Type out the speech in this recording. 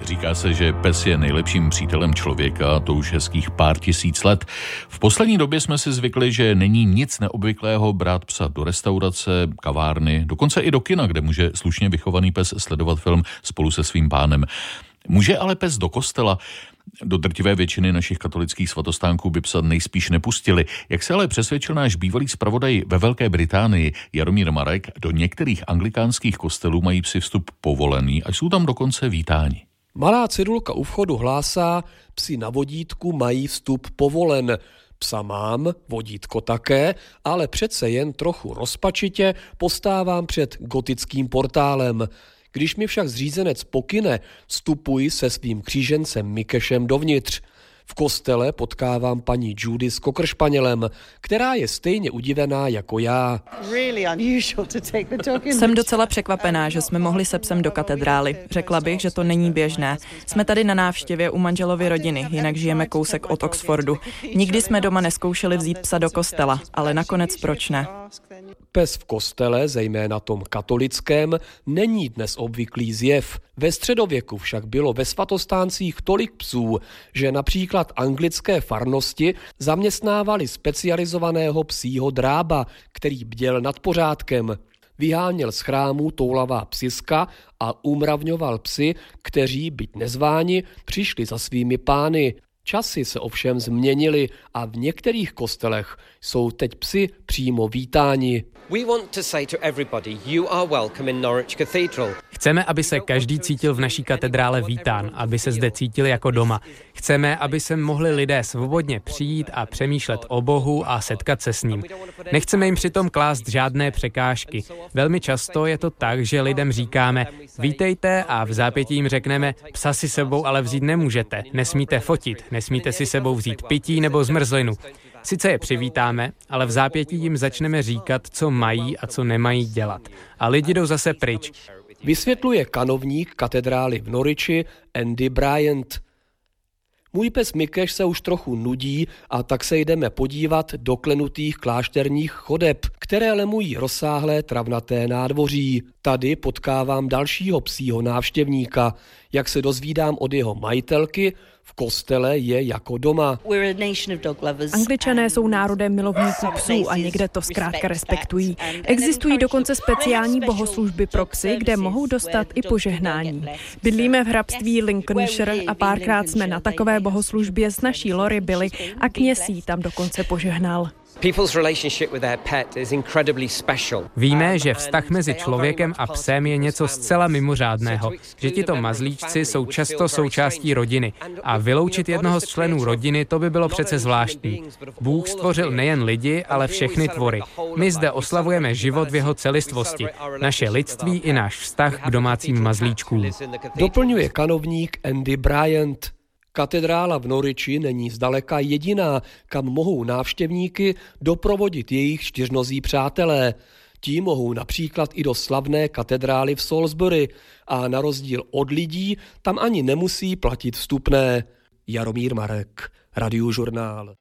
Říká se, že pes je nejlepším přítelem člověka, to už hezkých pár tisíc let. V poslední době jsme si zvykli, že není nic neobvyklého brát psa do restaurace, kavárny, dokonce i do kina, kde může slušně vychovaný pes sledovat film spolu se svým pánem. Může ale pes do kostela? Do drtivé většiny našich katolických svatostánků by psa nejspíš nepustili. Jak se ale přesvědčil náš bývalý zpravodaj ve Velké Británii Jaromír Marek, do některých anglikánských kostelů mají psi vstup povolený a jsou tam dokonce vítáni. Malá cedulka u vchodu hlásá, psi na vodítku mají vstup povolen. Psa mám, vodítko také, ale přece jen trochu rozpačitě postávám před gotickým portálem. Když mi však zřízenec pokyne, vstupuji se svým křížencem Mikešem dovnitř. V kostele potkávám paní Judy s kokršpanělem, která je stejně udivená jako já. Jsem docela překvapená, že jsme mohli se psem do katedrály. Řekla bych, že to není běžné. Jsme tady na návštěvě u manželovy rodiny, jinak žijeme kousek od Oxfordu. Nikdy jsme doma neskoušeli vzít psa do kostela, ale nakonec proč ne? Pes v kostele, zejména tom katolickém, není dnes obvyklý zjev. Ve středověku však bylo ve svatostáncích tolik psů, že například anglické farnosti zaměstnávali specializovaného psího drába, který bděl nad pořádkem. Vyháněl z chrámů toulavá psiska a umravňoval psy, kteří, byť nezváni, přišli za svými pány. Časy se ovšem změnily a v některých kostelech jsou teď psi přímo vítáni. Chceme, aby se každý cítil v naší katedrále vítán, aby se zde cítil jako doma. Chceme, aby se mohli lidé svobodně přijít a přemýšlet o Bohu a setkat se s ním. Nechceme jim přitom klást žádné překážky. Velmi často je to tak, že lidem říkáme vítejte a v zápětí jim řekneme psa si sebou ale vzít nemůžete, nesmíte fotit, nesmíte si sebou vzít pití nebo zmrzlinu. Sice je přivítáme, ale v zápětí jim začneme říkat, co mají a co nemají dělat. A lidi jdou zase pryč. Vysvětluje kanovník katedrály v Norwichi Andy Bryant. Můj pes Mikeš se už trochu nudí a tak se jdeme podívat do klenutých klášterních chodeb, které lemují rozsáhlé travnaté nádvoří. Tady potkávám dalšího psího návštěvníka. Jak se dozvídám od jeho majitelky, v kostele je jako doma. Angličané jsou národem milovníků psů a někde to zkrátka respektují. Existují dokonce speciální bohoslužby pro psy, kde mohou dostat i požehnání. Bydlíme v hrabství Lincolnshire a párkrát jsme na takové bohoslužbě s naší Lori byli a kněz jí tam dokonce požehnal. Víme, že vztah mezi člověkem a psem je něco zcela mimořádného, že tito mazlíčci jsou často součástí rodiny a vyloučit jednoho z členů rodiny, to by bylo přece zvláštní. Bůh stvořil nejen lidi, ale všechny tvory. My zde oslavujeme život v jeho celistvosti, naše lidství i náš vztah k domácím mazlíčkům. Doplňuje kanovník Andy Bryant. Katedrála v Norwichi není zdaleka jediná, kam mohou návštěvníky doprovodit jejich čtyřnozí přátelé. Ti mohou například i do slavné katedrály v Salisbury a na rozdíl od lidí tam ani nemusí platit vstupné. Jaromír Marek, Radiožurnál.